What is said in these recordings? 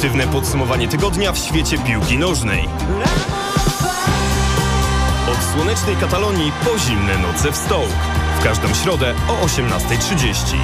Subiektywne podsumowanie tygodnia w świecie piłki nożnej. Od słonecznej Katalonii po zimne noce w Stoke. W każdą środę o 18:30.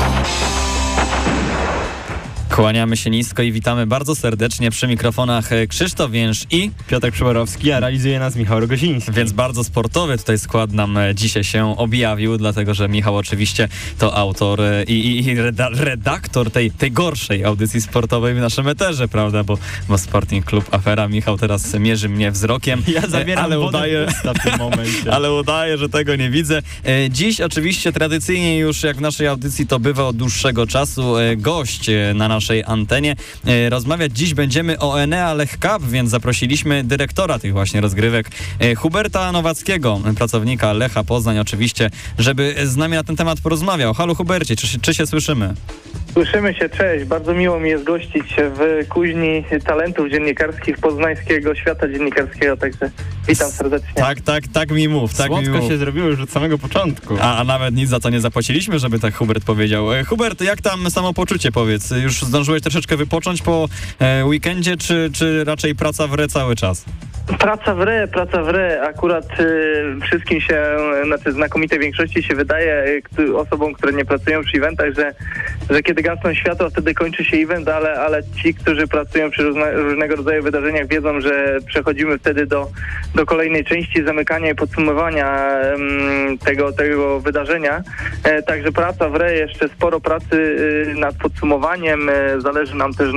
Kłaniamy się nisko i witamy bardzo serdecznie przy mikrofonach Krzysztof Więż i Piotr Przyborowski, a realizuje nas Michał Rogosiński. Więc bardzo sportowy tutaj skład nam dzisiaj się objawił, dlatego że Michał oczywiście to autor i redaktor tej gorszej audycji sportowej w naszym eterze, prawda? Bo Sporting Klub Afera. Michał teraz mierzy mnie wzrokiem. Ja zabieram wodę w tym momencie. Ale udaję, że tego nie widzę. Dziś oczywiście tradycyjnie już jak w naszej audycji to bywa od dłuższego czasu gość na naszej antenie. Rozmawiać dziś będziemy o Enea Lech Cup, więc zaprosiliśmy dyrektora tych właśnie rozgrywek, Huberta Nowackiego, pracownika Lecha Poznań oczywiście, żeby z nami na ten temat porozmawiał. Halo Hubercie, czy się słyszymy? Słyszymy się, cześć. Bardzo miło mi jest gościć w kuźni talentów dziennikarskich poznańskiego świata dziennikarskiego, także witam serdecznie. Tak mi mów. Słodko się zrobiło już od samego początku. A nawet nic za to nie zapłaciliśmy, żeby tak Hubert powiedział. Hubert, jak tam samopoczucie, powiedz? Już zdążyłeś troszeczkę wypocząć po weekendzie, czy raczej praca w re cały czas? Praca w re. Akurat wszystkim się, znaczy znakomitej większości się wydaje, osobom, które nie pracują przy eventach, że kiedy gasną światła, wtedy kończy się event, ale ci, którzy pracują przy różnego rodzaju wydarzeniach, wiedzą, że przechodzimy wtedy do kolejnej części zamykania i podsumowania tego wydarzenia. Także praca w re, jeszcze sporo pracy nad podsumowaniem. Zależy nam też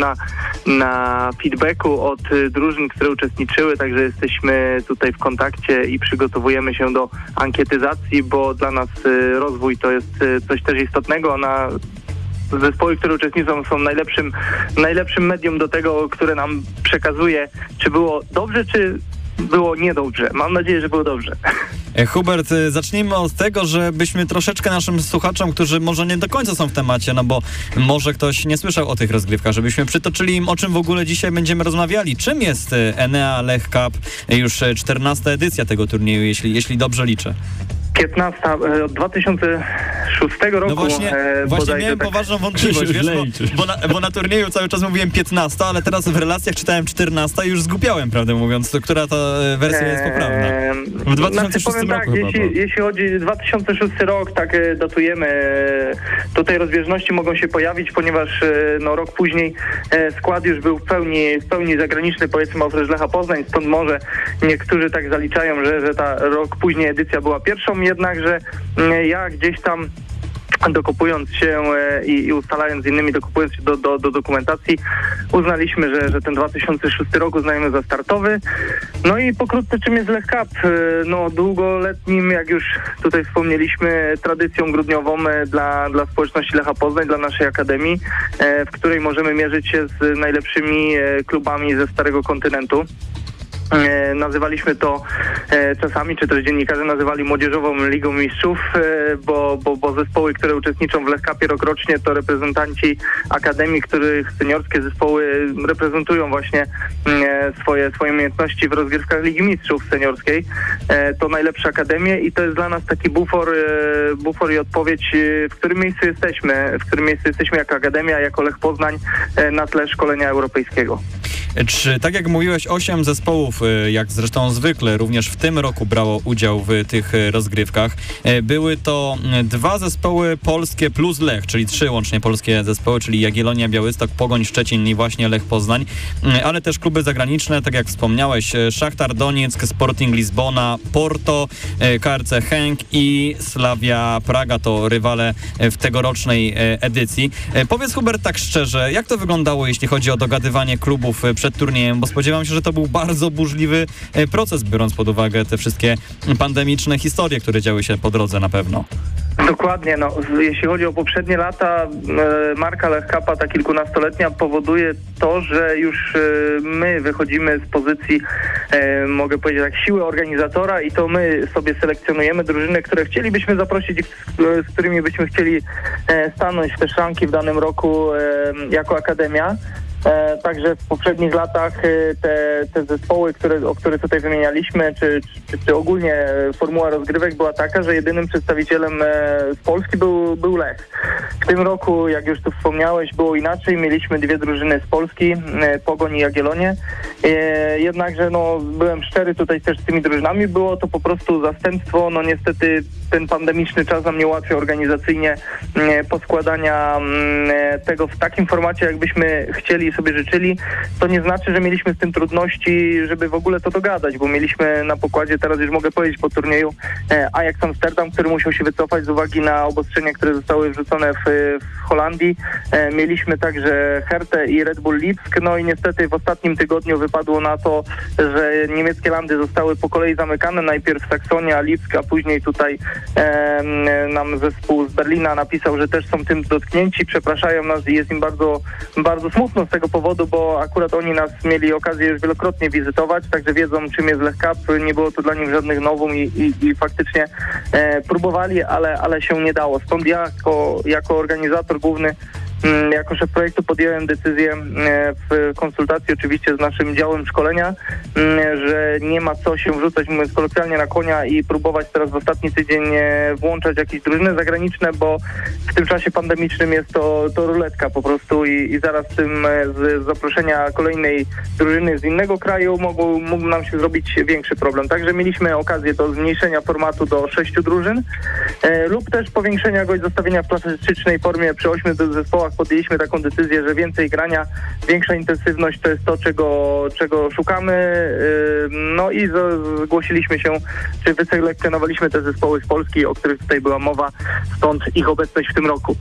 na feedbacku od drużyn, które uczestniczyły, także jesteśmy tutaj w kontakcie i przygotowujemy się do ankietyzacji, bo dla nas rozwój to jest coś też istotnego. Zespoły, które uczestniczą, są najlepszym medium do tego, które nam przekazuje, czy było dobrze, czy było niedobrze. Mam nadzieję, że było dobrze. Hubert, zacznijmy od tego, żebyśmy troszeczkę naszym słuchaczom, którzy może nie do końca są w temacie, no bo może ktoś nie słyszał o tych rozgrywkach, żebyśmy przytoczyli im, o czym w ogóle dzisiaj będziemy rozmawiali. Czym jest Enea Lech Cup, już 14. edycja tego turnieju, jeśli dobrze liczę? 15 od 2006 roku. No właśnie miałem poważną wątpliwość, wiesz, bo na turnieju cały czas mówiłem 15, ale teraz w relacjach czytałem 14 i już zgubiałem, prawdę mówiąc, która ta wersja jest poprawna. W 2006 roku tak, jeśli chodzi o 2006 rok, tak datujemy. Tutaj rozbieżności mogą się pojawić, ponieważ rok później skład już był w pełni zagraniczny, powiedzmy oprócz Lecha Poznań, stąd może niektórzy tak zaliczają, że ta rok później edycja była pierwszą, jednakże ja gdzieś tam dokopując się i ustalając z innymi, dokopując się do dokumentacji, uznaliśmy, że ten 2006 rok uznajemy za startowy. No i pokrótce, czym jest Lech Cup? No długoletnim, jak już tutaj wspomnieliśmy, tradycją grudniową dla społeczności Lecha Poznań, dla naszej akademii, w której możemy mierzyć się z najlepszymi klubami ze Starego Kontynentu. Nazywaliśmy to czasami, czy też dziennikarze nazywali Młodzieżową Ligą Mistrzów, bo zespoły, które uczestniczą w Lech Cupie rokrocznie, to reprezentanci akademii, których seniorskie zespoły reprezentują właśnie swoje umiejętności w rozgrywkach Ligi Mistrzów seniorskiej. To najlepsze akademie i to jest dla nas taki bufor i odpowiedź, w którym miejscu jesteśmy jako akademia, jako Lech Poznań na tle szkolenia europejskiego. Czy, tak jak mówiłeś, 8 zespołów, jak zresztą zwykle, również w tym roku brało udział w tych rozgrywkach. Były to 2 zespoły polskie plus Lech, czyli 3 łącznie polskie zespoły, czyli Jagiellonia, Białystok, Pogoń Szczecin i właśnie Lech Poznań, ale też kluby zagraniczne, tak jak wspomniałeś, Szachtar Donieck, Sporting Lizbona, Porto, KRC Genk i Slavia Praga, to rywale w tegorocznej edycji. Powiedz, Hubert, tak szczerze, jak to wyglądało, jeśli chodzi o dogadywanie klubów przed turniejem, bo spodziewam się, że to był bardzo burzliwy proces, biorąc pod uwagę te wszystkie pandemiczne historie, które działy się po drodze na pewno. Dokładnie, jeśli chodzi o poprzednie lata, marka Lech Cupa, ta kilkunastoletnia, powoduje to, że już my wychodzimy z pozycji, mogę powiedzieć tak, siły organizatora i to my sobie selekcjonujemy drużyny, które chcielibyśmy zaprosić, z którymi byśmy chcieli stanąć w te szranki w danym roku jako akademia. Także w poprzednich latach te zespoły, o które tutaj wymienialiśmy, czy ogólnie formuła rozgrywek była taka, że jedynym przedstawicielem z Polski był Lech. W tym roku, jak już tu wspomniałeś, było inaczej. Mieliśmy dwie drużyny z Polski, Pogoń i Jagiellonię. Jednakże byłem szczery tutaj też z tymi drużynami. Było to po prostu zastępstwo. Niestety ten pandemiczny czas nam nie ułatwia organizacyjnie poskładania tego w takim formacie, jakbyśmy chcieli i sobie życzyli. To nie znaczy, że mieliśmy z tym trudności, żeby w ogóle to dogadać, bo mieliśmy na pokładzie, teraz już mogę powiedzieć po turnieju, Ajax Amsterdam, który musiał się wycofać z uwagi na obostrzenia, które zostały wrzucone w Holandii. Mieliśmy także Hertę i Red Bull Lipsk. I niestety w ostatnim tygodniu wypadło na to, że niemieckie landy zostały po kolei zamykane. Najpierw Saksonia, Lipsk, a później tutaj nam zespół z Berlina napisał, że też są tym dotknięci, przepraszają nas i jest im bardzo, bardzo smutno z tego powodu, bo akurat oni nas mieli okazję już wielokrotnie wizytować, także wiedzą, czym jest Lech Cup. Nie było to dla nich żadnych nowum i faktycznie próbowali, ale się nie dało. Stąd ja jako organizator główny, jako szef projektu podjąłem decyzję w konsultacji oczywiście z naszym działem szkolenia, że nie ma co się wrzucać, mówiąc kolokwialnie, na konia i próbować teraz w ostatni tydzień włączać jakieś drużyny zagraniczne, bo w tym czasie pandemicznym jest to ruletka po prostu i zaraz z zaproszenia kolejnej drużyny z innego kraju mógł nam się zrobić większy problem. Także mieliśmy okazję do zmniejszenia formatu do 6 drużyn lub też powiększenia go i zostawienia w klasycznej formie przy 8 zespołach. Podjęliśmy taką decyzję, że więcej grania, większa intensywność to jest to, czego szukamy. I zgłosiliśmy się, czy wyselekcjonowaliśmy te zespoły z Polski, o których tutaj była mowa, stąd ich obecność w tym roku.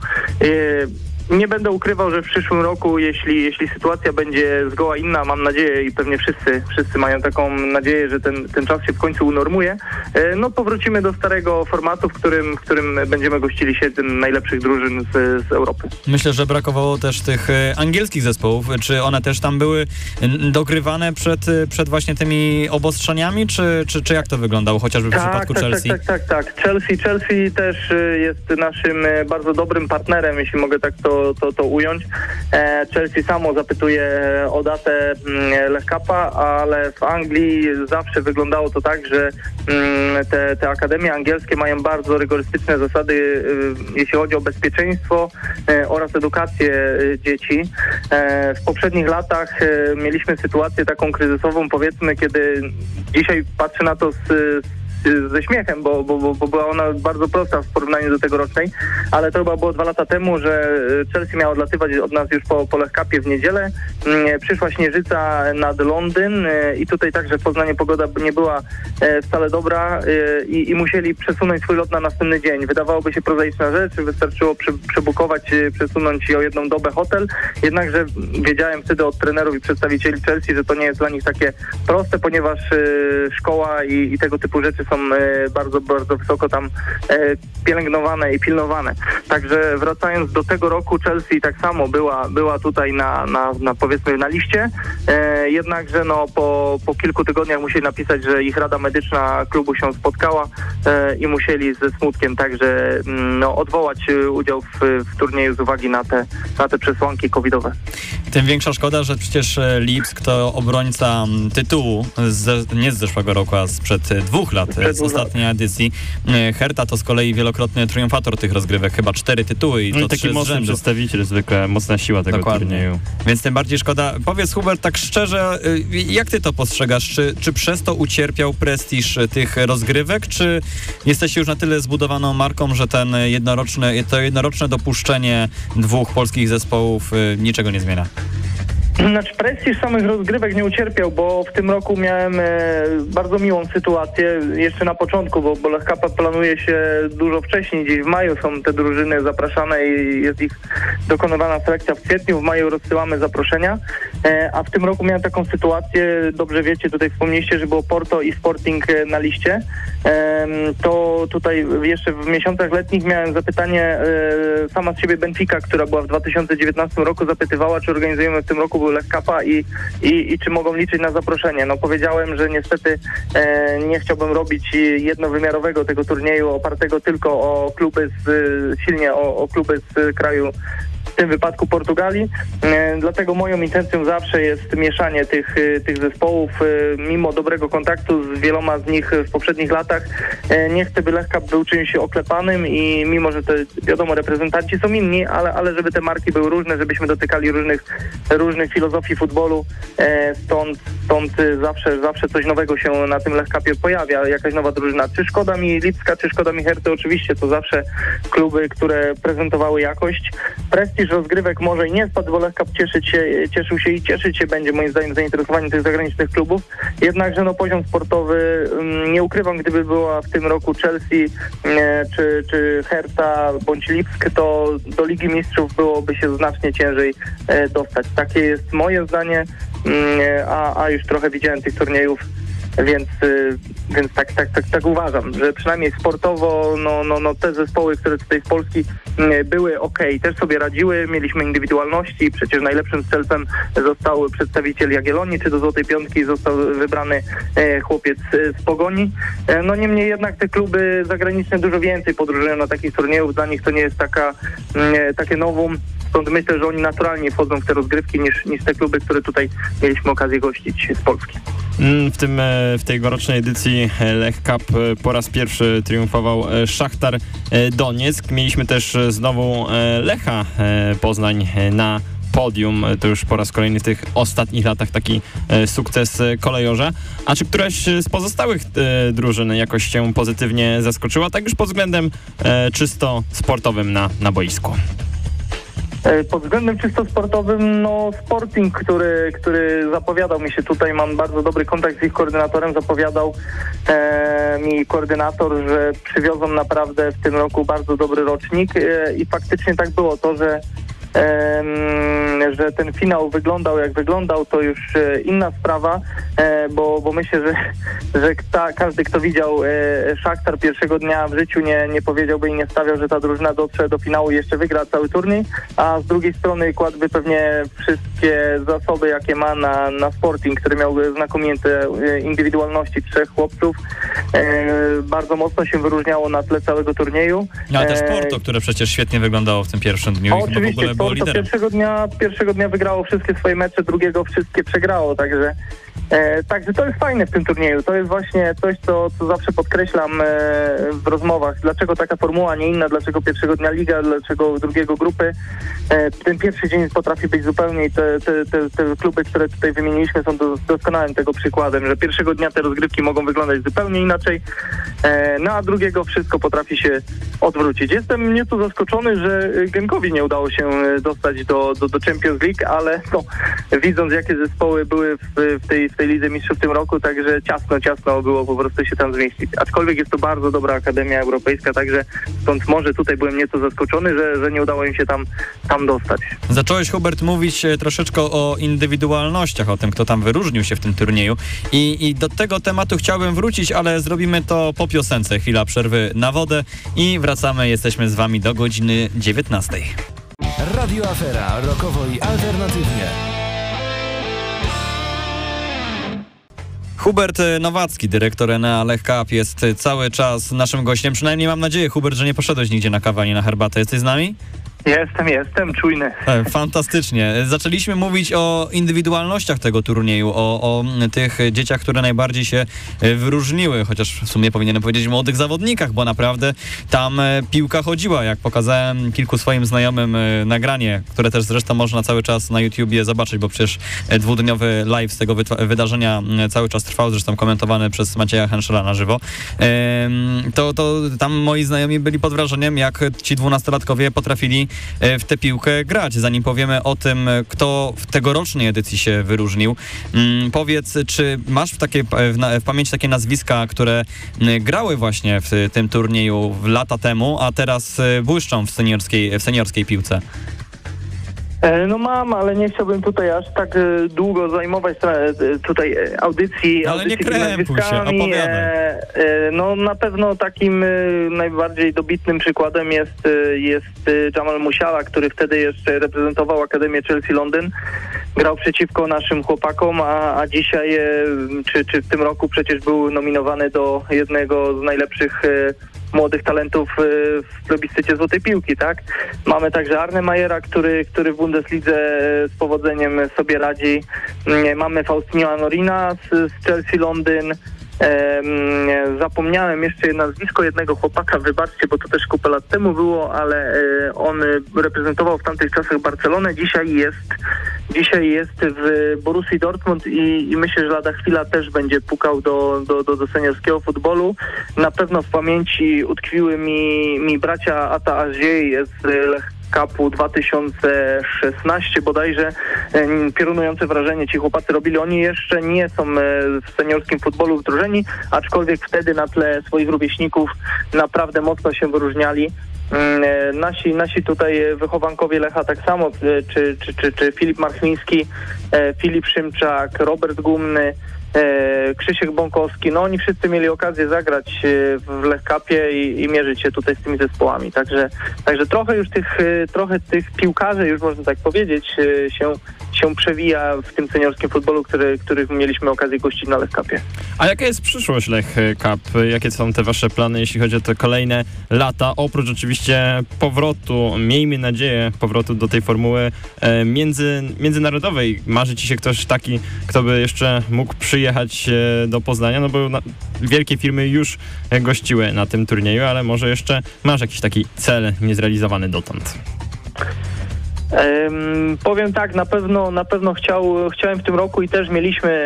Nie będę ukrywał, że w przyszłym roku, jeśli sytuacja będzie zgoła inna, mam nadzieję i pewnie wszyscy mają taką nadzieję, że ten czas się w końcu unormuje, powrócimy do starego formatu, w którym będziemy gościli 7 najlepszych drużyn z Europy. Myślę, że brakowało też tych angielskich zespołów. Czy one też tam były dogrywane przed właśnie tymi obostrzeniami, czy jak to wyglądało, chociażby w przypadku Chelsea? Tak. Chelsea też jest naszym bardzo dobrym partnerem, jeśli mogę tak to ująć. Chelsea samo zapytuje o datę Lech Cupa, ale w Anglii zawsze wyglądało to tak, że te akademie angielskie mają bardzo rygorystyczne zasady, jeśli chodzi o bezpieczeństwo oraz edukację dzieci. W poprzednich latach mieliśmy sytuację taką kryzysową, powiedzmy, kiedy dzisiaj patrzę na to ze śmiechem, bo była ona bardzo prosta w porównaniu do tegorocznej, ale to chyba było 2 lata temu, że Chelsea miała odlatywać od nas już po Lech Cupie w niedzielę. Przyszła śnieżyca nad Londyn i tutaj także w Poznaniu pogoda nie była wcale dobra i musieli przesunąć swój lot na następny dzień. Wydawałoby się prozaiczna rzecz, wystarczyło przebukować, przesunąć o 1 dobę hotel, jednakże wiedziałem wtedy od trenerów i przedstawicieli Chelsea, że to nie jest dla nich takie proste, ponieważ szkoła i tego typu rzeczy są bardzo, bardzo wysoko tam pielęgnowane i pilnowane. Także wracając do tego roku, Chelsea tak samo była tutaj na powiedzmy na liście, jednakże po kilku tygodniach musieli napisać, że ich Rada Medyczna klubu się spotkała i musieli ze smutkiem także odwołać udział w turnieju z uwagi na te przesłanki covidowe. Tym większa szkoda, że przecież Lipsk to obrońca tytułu nie z zeszłego roku, a sprzed 2 lat, z ostatniej edycji. Herta to z kolei wielokrotny triumfator tych rozgrywek, chyba 4 tytuły i to 3 taki mocny przedstawiciel, zwykle mocna siła tego turnieju. Więc tym bardziej szkoda. Powiedz, Hubert, tak szczerze, jak ty to postrzegasz? Czy przez to ucierpiał prestiż tych rozgrywek, czy jesteście już na tyle zbudowaną marką, że to jednoroczne dopuszczenie 2 polskich zespołów niczego nie zmienia? Znaczy prestiż samych rozgrywek nie ucierpiał, bo w tym roku miałem bardzo miłą sytuację jeszcze na początku, bo Lech Cup planuje się dużo wcześniej, gdzieś w maju są te drużyny zapraszane i jest ich dokonywana selekcja w kwietniu, w maju rozsyłamy zaproszenia, a w tym roku miałem taką sytuację, dobrze wiecie, tutaj wspomnieliście, że było Porto i Sporting na liście, to tutaj jeszcze w miesiącach letnich miałem zapytanie sama z siebie Benfica, która była w 2019 roku, zapytywała, czy organizujemy w tym roku Lech Cupa i czy mogą liczyć na zaproszenie. Powiedziałem, że niestety nie chciałbym robić jednowymiarowego tego turnieju opartego tylko o kluby o kluby z kraju tym wypadku Portugalii. Dlatego moją intencją zawsze jest mieszanie tych zespołów, mimo dobrego kontaktu z wieloma z nich w poprzednich latach. Nie chcę, by Lech Cup był czymś oklepanym i mimo, że to wiadomo, reprezentanci są inni, ale żeby te marki były różne, żebyśmy dotykali różnych filozofii futbolu. Stąd zawsze coś nowego się na tym Lech Cupie pojawia, jakaś nowa drużyna. Czy szkoda mi Lipska, czy szkoda mi Herty? Oczywiście to zawsze kluby, które prezentowały jakość. Prestiż rozgrywek może i nie spadł, bo Lech Cup cieszył się i cieszyć się będzie moim zdaniem zainteresowanie tych zagranicznych klubów. Jednakże poziom sportowy, nie ukrywam, gdyby była w tym roku Chelsea czy Herta bądź Lipsk, to do Ligi Mistrzów byłoby się znacznie ciężej dostać. Takie jest moje zdanie, a już trochę widziałem tych turniejów, więc tak uważam, że przynajmniej sportowo te zespoły, które tutaj z Polski były okej, też sobie radziły, mieliśmy indywidualności, przecież najlepszym strzelcem został przedstawiciel Jagiellonii, czy do Złotej Piątki został wybrany chłopiec z Pogoni. Niemniej jednak te kluby zagraniczne dużo więcej podróżują na takich turniejów, dla nich to nie jest takie novum. Stąd myślę, że oni naturalnie wchodzą w te rozgrywki niż te kluby, które tutaj mieliśmy okazję gościć z Polski. W tej tegorocznej edycji Lech Cup po raz pierwszy triumfował Szachtar Donieck. Mieliśmy też znowu Lecha Poznań na podium. To już po raz kolejny w tych ostatnich latach taki sukces kolejorza. A czy któraś z pozostałych drużyn jakoś się pozytywnie zaskoczyła? Tak już pod względem czysto sportowym na boisku. Pod względem czysto sportowym, Sporting, który zapowiadał mi się tutaj, mam bardzo dobry kontakt z ich koordynatorem, zapowiadał mi koordynator, że przywiozą naprawdę w tym roku bardzo dobry rocznik i faktycznie tak było. To, że ten finał wyglądał jak wyglądał, to już inna sprawa, bo myślę, że każdy, kto widział Szachtar pierwszego dnia w życiu, nie powiedziałby i nie stawiał, że ta drużyna dotrze do finału i jeszcze wygra cały turniej, a z drugiej strony kładłby pewnie wszystkie zasoby, jakie ma na Sporting, który miał znakomite indywidualności 3 chłopców. Bardzo mocno się wyróżniało na tle całego turnieju. Ale też Porto, które przecież świetnie wyglądało w tym pierwszym dniu i chyba w ogóle było liderem. Pierwszego dnia wygrało wszystkie swoje mecze, drugiego wszystkie przegrało, także to jest fajne w tym turnieju. To jest właśnie coś, co zawsze podkreślam w rozmowach. Dlaczego taka formuła, nie inna? Dlaczego pierwszego dnia liga? Dlaczego drugiego grupy? Ten pierwszy dzień potrafi być zupełnie i te kluby, które tutaj wymieniliśmy, są doskonałym tego przykładem, że pierwszego dnia te rozgrywki mogą wyglądać zupełnie inaczej, a drugiego wszystko potrafi się odwrócić. Jestem nieco zaskoczony, że Genkowi nie udało się dostać do Champions League, ale widząc, jakie zespoły były w tej Lidze Mistrzów w tym roku, także ciasno było po prostu się tam zmieścić. Aczkolwiek jest to bardzo dobra akademia europejska, także stąd może tutaj byłem nieco zaskoczony, że nie udało im się tam dostać. Zacząłeś, Hubert, mówić troszeczkę o indywidualnościach, o tym, kto tam wyróżnił się w tym turnieju i do tego tematu chciałbym wrócić, ale zrobimy to po piosence. Chwila przerwy na wodę i wracamy. Jesteśmy z wami do godziny 19. Radio Afera, rokowo i alternatywnie. Hubert Nowacki, dyrektor Enea Lech Cup, jest cały czas naszym gościem. Przynajmniej mam nadzieję, Hubert, że nie poszedłeś nigdzie na kawę ani na herbatę. Jesteś z nami? Jestem czujny. Fantastycznie. Zaczęliśmy mówić o indywidualnościach tego turnieju, o tych dzieciach, które najbardziej się wyróżniły, chociaż w sumie powinienem powiedzieć o młodych zawodnikach, bo naprawdę tam piłka chodziła. Jak pokazałem kilku swoim znajomym nagranie, które też zresztą można cały czas na YouTubie zobaczyć, bo przecież 2-dniowy live z tego wydarzenia cały czas trwał, zresztą komentowany przez Macieja Henschela na żywo. To tam moi znajomi byli pod wrażeniem, jak ci 12-latkowie potrafili w tę piłkę grać. Zanim powiemy o tym, kto w tegorocznej edycji się wyróżnił, powiedz, czy masz w pamięci takie nazwiska, które grały właśnie w tym turnieju lata temu, a teraz błyszczą w seniorskiej piłce? Mam, ale nie chciałbym tutaj aż tak długo zajmować tutaj audycji. Ale nie krępuj się, opowiadaj. Na pewno takim najbardziej dobitnym przykładem jest Jamal Musiala, który wtedy jeszcze reprezentował Akademię Chelsea Londyn. Grał przeciwko naszym chłopakom, a dzisiaj, czy w tym roku przecież był nominowany do jednego z najlepszych młodych talentów w plebiscycie Złotej Piłki, tak? Mamy także Arne Majera, który w Bundeslidze z powodzeniem sobie radzi. Mamy Faustino Anorina z Chelsea Londyn. Zapomniałem jeszcze nazwisko jednego chłopaka, wybaczcie, bo to też kupę lat temu było, ale on reprezentował w tamtych czasach Barcelonę, dzisiaj jest w Borussii Dortmund i myślę, że lada chwila też będzie pukał do seniorskiego futbolu. Na pewno w pamięci utkwiły mi bracia Ata Aziej z Lech Cupu 2016 bodajże. Piorunujące wrażenie ci chłopacy robili. Oni jeszcze nie są w seniorskim futbolu wdrożeni, aczkolwiek wtedy na tle swoich rówieśników naprawdę mocno się wyróżniali. Nasi tutaj wychowankowie Lecha tak samo, czy Filip Marchliński, Filip Szymczak, Robert Gumny, Krzysiek Bąkowski, no oni wszyscy mieli okazję zagrać w Lech Cupie i mierzyć się tutaj z tymi zespołami. Także trochę tych piłkarzy, już można tak powiedzieć, się przewija w tym seniorskim futbolu, których mieliśmy okazję gościć na Lech Cupie. A jaka jest przyszłość Lech Cup? Jakie są te wasze plany, jeśli chodzi o te kolejne lata? Oprócz oczywiście powrotu, miejmy nadzieję, powrotu do tej formuły międzynarodowej. Marzy ci się ktoś taki, kto by jeszcze mógł przyjechać do Poznania? No bo wielkie firmy już gościły na tym turnieju, ale może jeszcze masz jakiś taki cel niezrealizowany dotąd? Powiem tak, na pewno chciałem w tym roku i też mieliśmy,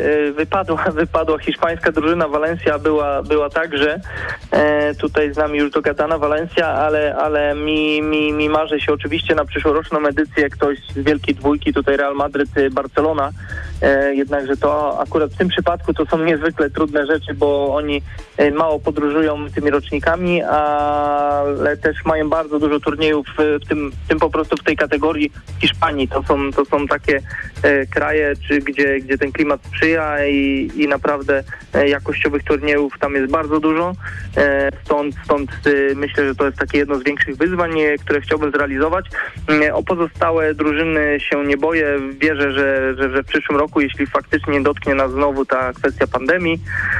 wypadła hiszpańska drużyna, Valencia była także tutaj z nami już dogadana Valencia, ale mi marzy się oczywiście na przyszłoroczną edycję ktoś z wielkiej dwójki, tutaj Real Madryt, Barcelona, jednakże to akurat w tym przypadku to są niezwykle trudne rzeczy, bo oni mało podróżują tymi rocznikami, ale też mają bardzo dużo turniejów w tym po prostu w tej kategorii Hiszpanii. To są takie kraje, gdzie ten klimat sprzyja i naprawdę jakościowych turniejów tam jest bardzo dużo. Stąd myślę, że to jest takie jedno z większych wyzwań, które chciałbym zrealizować. O pozostałe drużyny się nie boję. Wierzę, że w przyszłym roku, jeśli faktycznie dotknie nas znowu ta kwestia pandemii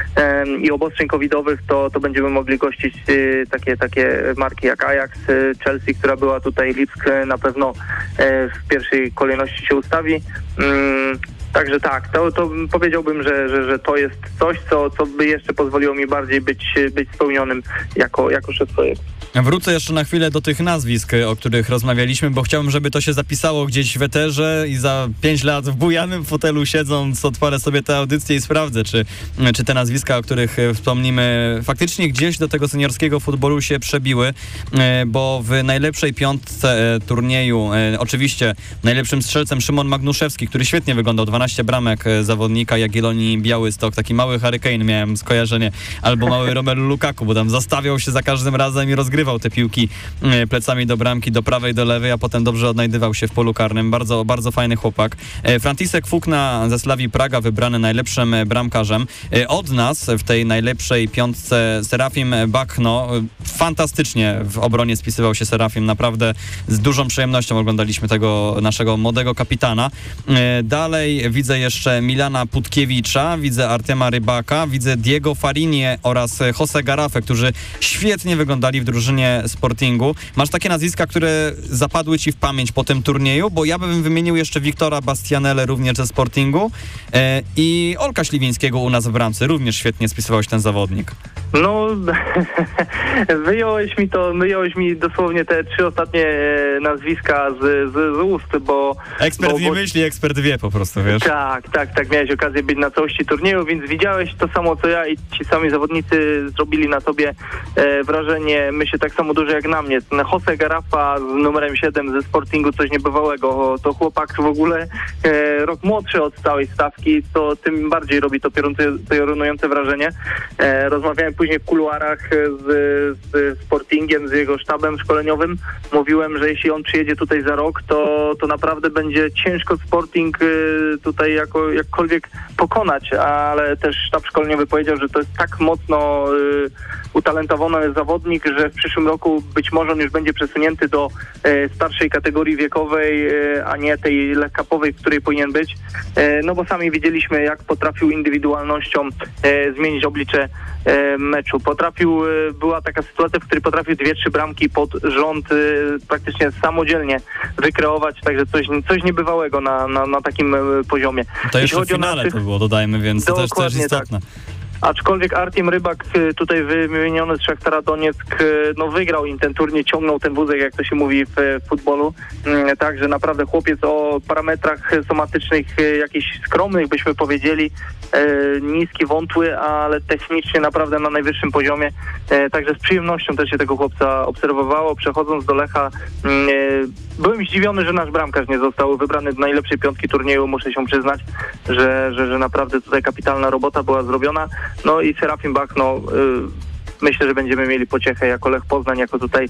i obostrzeń covidowych, to będziemy mogli gościć takie marki jak Ajax, Chelsea, która była tutaj, Lipsk na pewno w pierwszej kolejności się ustawi. Także tak, to powiedziałbym, że to jest coś, co by jeszcze pozwoliło mi bardziej być spełnionym jako szef projektu. Wrócę jeszcze na chwilę do tych nazwisk, o których rozmawialiśmy, bo chciałbym, żeby to się zapisało gdzieś w eterze i za 5 lat w bujanym fotelu siedząc odpalę sobie tę audycję i sprawdzę, czy te nazwiska, o których wspomnimy, faktycznie gdzieś do tego seniorskiego futbolu się przebiły, bo w najlepszej piątce turnieju oczywiście najlepszym strzelcem Szymon Magnuszewski, który świetnie wyglądał, 12 bramek zawodnika Jagiellonii Białystok, taki mały Hurricane miałem skojarzenie, albo mały Romelu Lukaku, bo tam zastawiał się za każdym razem i rozgrywał te piłki plecami do bramki, do prawej, do lewej, a potem dobrze odnajdywał się w polu karnym. Bardzo, bardzo fajny chłopak. František Fukna ze Slavii Praga wybrany najlepszym bramkarzem. Od nas w tej najlepszej piątce Serafim Bakno. Fantastycznie w obronie spisywał się Serafim. Naprawdę z dużą przyjemnością oglądaliśmy tego naszego młodego kapitana. Dalej widzę jeszcze Milana Putkiewicza, widzę Artema Rybaka, widzę Diego Farinie oraz Jose Garafę, którzy świetnie wyglądali w drużynie Sportingu. Masz takie nazwiska, które zapadły ci w pamięć po tym turnieju? Bo ja bym wymienił jeszcze Wiktora Bastianelle również ze Sportingu i Olka Śliwińskiego u nas w bramce. Również świetnie spisywał się ten zawodnik. No, wyjąłeś mi dosłownie te 3 ostatnie nazwiska z ust, bo... Ekspert nie myśli, ekspert wie po prostu, wiesz? Tak, miałeś okazję być na całości turnieju, więc widziałeś to samo co ja i ci sami zawodnicy zrobili na tobie wrażenie, myślę, tak samo duże jak na mnie. Jose Garafa z numerem 7 ze Sportingu, coś niebywałego. To chłopak w ogóle rok młodszy od całej stawki, to tym bardziej robi to piorunujące wrażenie. Rozmawiałem później w kuluarach z Sportingiem, z jego sztabem szkoleniowym. Mówiłem, że jeśli on przyjedzie tutaj za rok, to naprawdę będzie ciężko Sporting tutaj jakkolwiek pokonać, ale też sztab szkoleniowy powiedział, że to jest tak mocno utalentowany zawodnik, że w przyszłym roku być może on już będzie przesunięty do starszej kategorii wiekowej, a nie tej lekapowej, w której powinien być. No bo sami widzieliśmy, jak potrafił indywidualnością zmienić oblicze meczu. Była taka sytuacja, w której potrafił 2-3 bramki pod rząd praktycznie samodzielnie wykreować, także coś niebywałego na takim poziomie. To jeszcze w finale to było, dodajmy, więc to też istotne. Tak. Aczkolwiek Artem Rybak, tutaj wymieniony z Szachtara Donieck, no wygrał im ten turniej, ciągnął ten wózek, jak to się mówi w futbolu. Także naprawdę chłopiec o parametrach somatycznych jakichś skromnych, byśmy powiedzieli, niski, wątły, ale technicznie naprawdę na najwyższym poziomie. Także z przyjemnością też się tego chłopca obserwowało. Przechodząc do Lecha, byłem zdziwiony, że nasz bramkarz nie został wybrany do najlepszej piątki turnieju. Muszę się przyznać, że naprawdę tutaj kapitalna robota była zrobiona. No i Serafim Bach, myślę, że będziemy mieli pociechę jako Lech Poznań, jako tutaj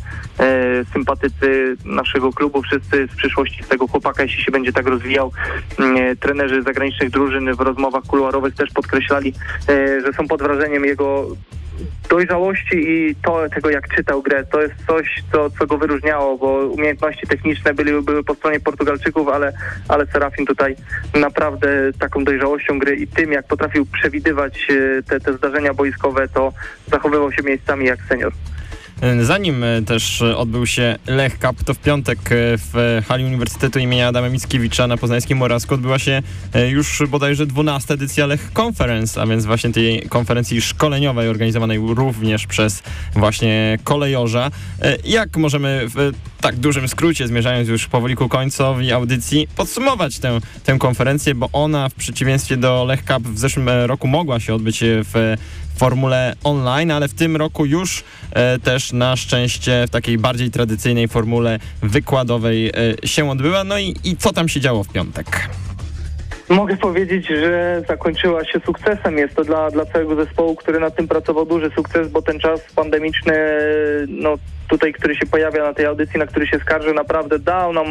sympatycy naszego klubu, wszyscy z przyszłości z tego chłopaka, jeśli się będzie tak rozwijał. Trenerzy zagranicznych drużyn w rozmowach kuluarowych też podkreślali, że są pod wrażeniem jego dojrzałości i tego, jak czytał grę. To jest coś, co go wyróżniało, bo umiejętności techniczne były po stronie Portugalczyków, ale Serafin tutaj naprawdę taką dojrzałością gry i tym, jak potrafił przewidywać te zdarzenia boiskowe, to zachowywał się miejscami jak senior. Zanim też odbył się Lech Cup, to w piątek w hali Uniwersytetu imienia Adama Mickiewicza na poznańskim Morawsku odbyła się już bodajże 12. edycja Lech Conference, a więc właśnie tej konferencji szkoleniowej organizowanej również przez właśnie kolejorza. Jak możemy w tak dużym skrócie, zmierzając już powoli ku końcowi audycji, podsumować tę konferencję, bo ona w przeciwieństwie do Lech Cup w zeszłym roku mogła się odbyć w formule online, ale w tym roku już też na szczęście w takiej bardziej tradycyjnej formule wykładowej się odbyła. No i co tam się działo w piątek? Mogę powiedzieć, że zakończyła się sukcesem. Jest to dla całego zespołu, który nad tym pracował, duży sukces, bo ten czas pandemiczny, tutaj, który się pojawia na tej audycji, na który się skarży, naprawdę dał nam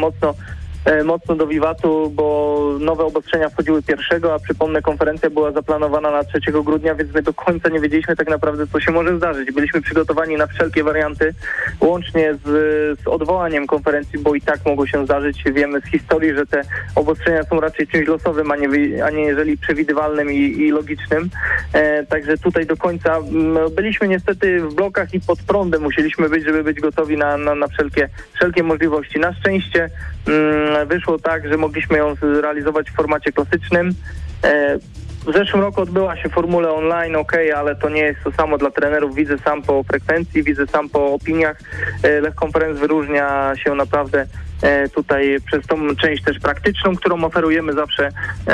mocno do wiwatu, bo nowe obostrzenia wchodziły 1, a przypomnę, konferencja była zaplanowana na 3 grudnia, więc my do końca nie wiedzieliśmy tak naprawdę, co się może zdarzyć. Byliśmy przygotowani na wszelkie warianty, łącznie z odwołaniem konferencji, bo i tak mogło się zdarzyć. Wiemy z historii, że te obostrzenia są raczej czymś losowym, a nie jeżeli przewidywalnym i logicznym. Także tutaj do końca byliśmy niestety w blokach i pod prądem musieliśmy być, żeby być gotowi na wszelkie możliwości. Na szczęście wyszło tak, że mogliśmy ją realizować w formacie klasycznym. W zeszłym roku odbyła się formule online, ale to nie jest to samo dla trenerów. Widzę sam po frekwencji, widzę sam po opiniach. Lech Conference wyróżnia się naprawdę tutaj przez tą część też praktyczną, którą oferujemy zawsze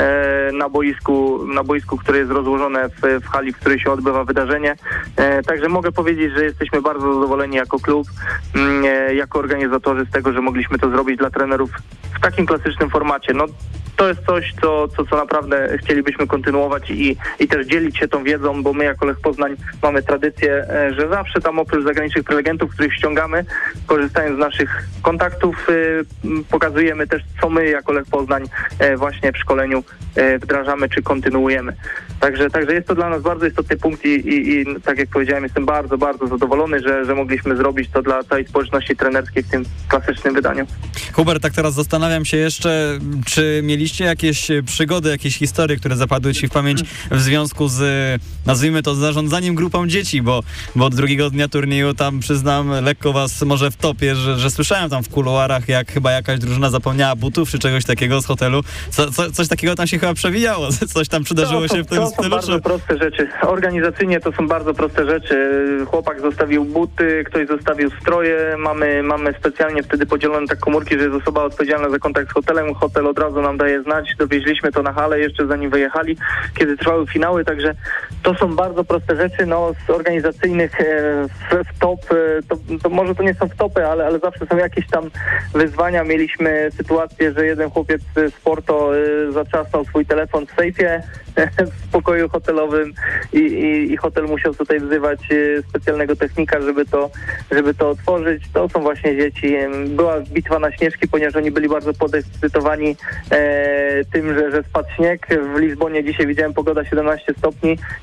na boisku, które jest rozłożone w hali, w której się odbywa wydarzenie. Także mogę powiedzieć, że jesteśmy bardzo zadowoleni jako klub, jako organizatorzy z tego, że mogliśmy to zrobić dla trenerów w takim klasycznym formacie. To jest coś, co naprawdę chcielibyśmy kontynuować i też dzielić się tą wiedzą, bo my jako Lech Poznań mamy tradycję, że zawsze tam oprócz zagranicznych prelegentów, których ściągamy, korzystając z naszych kontaktów, pokazujemy też, co my jako Lech Poznań właśnie w szkoleniu wdrażamy czy kontynuujemy. Także jest to dla nas bardzo istotny punkt i tak jak powiedziałem, jestem bardzo, bardzo zadowolony, że mogliśmy zrobić to dla całej społeczności trenerskiej w tym klasycznym wydaniu. Hubert, tak teraz zastanawiam się jeszcze, czy mieliście jakieś przygody, jakieś historie, które zapadły ci w pamięć w związku z, nazwijmy to, zarządzaniem grupą dzieci, bo od drugiego dnia turnieju tam, przyznam, lekko was może wtopię, że słyszałem tam w kuluarach, jak chyba jakaś drużyna zapomniała butów czy czegoś takiego z hotelu. Coś takiego tam się chyba przewijało. Coś tam przydarzyło się w tym stylu? To są bardzo proste rzeczy. Organizacyjnie to są bardzo proste rzeczy. Chłopak zostawił buty, ktoś zostawił stroje. Mamy specjalnie wtedy podzielone tak komórki, że jest osoba odpowiedzialna za kontakt z hotelem. Hotel od razu nam daje znać. Dowieźliśmy to na halę jeszcze zanim wyjechali, kiedy trwały finały. Także to są bardzo proste rzeczy. Z organizacyjnych wtop, to może to nie są wtopy, ale zawsze są jakieś tam wyzwania. Mieliśmy sytuację, że jeden chłopiec z Porto zatrzasnął swój telefon w sejfie w pokoju hotelowym i hotel musiał tutaj wzywać specjalnego technika, żeby to otworzyć. To są właśnie dzieci. Była bitwa na śnieżki, ponieważ oni byli bardzo podekscytowani tym, że spadł śnieg. W Lizbonie dzisiaj widziałem pogoda 17 stopni.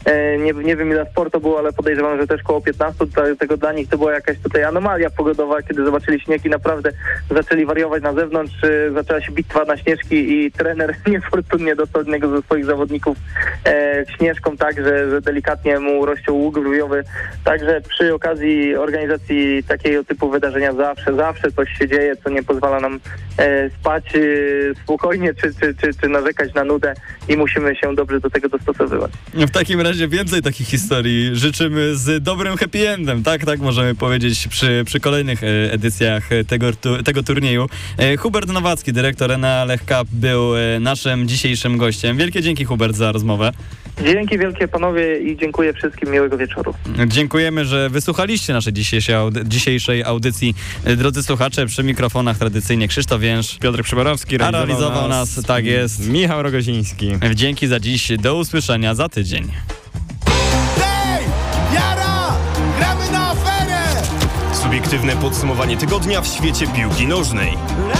Nie wiem ile sport to było, ale podejrzewam, że też koło 15, tego dla nich to była jakaś tutaj anomalia pogodowa, kiedy zobaczyli śnieg i naprawdę zaczęli wariować na zewnątrz, zaczęła się bitwa na śnieżki i trener niefortunnie dostał jednego ze swoich zawodników śnieżką tak, że delikatnie mu rozciął łuk brwiowy. Także przy okazji organizacji takiego typu wydarzenia zawsze coś się dzieje, co nie pozwala nam spać spokojnie czy narzekać na nudę i musimy się dobrze do tego dostosowywać. W takim razie więcej takich historii życzymy z dobrym happy endem, tak możemy powiedzieć przy kolejnych edycjach tego turnieju. Hubert Nowacki, dyrektor Enea Lech Cup, był naszym dzisiejszym gościem. Wielkie dzięki, Hubert, za rozmowę. Dzięki wielkie panowie i dziękuję wszystkim, miłego wieczoru. Dziękujemy, że wysłuchaliście naszej dzisiejszej audycji. Drodzy słuchacze, przy mikrofonach tradycyjnie Krzysztof Więż, Piotr Przyborowski realizował nas, tak jest, Michał Rogoziński. Dzięki za dziś, do usłyszenia za tydzień. Hej! Jara! Gramy na aferę! Subiektywne podsumowanie tygodnia w świecie piłki nożnej.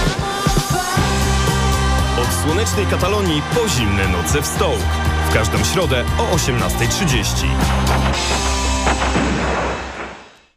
Od słonecznej Katalonii po zimne noce w Stołk. W każdą środę o 18:30.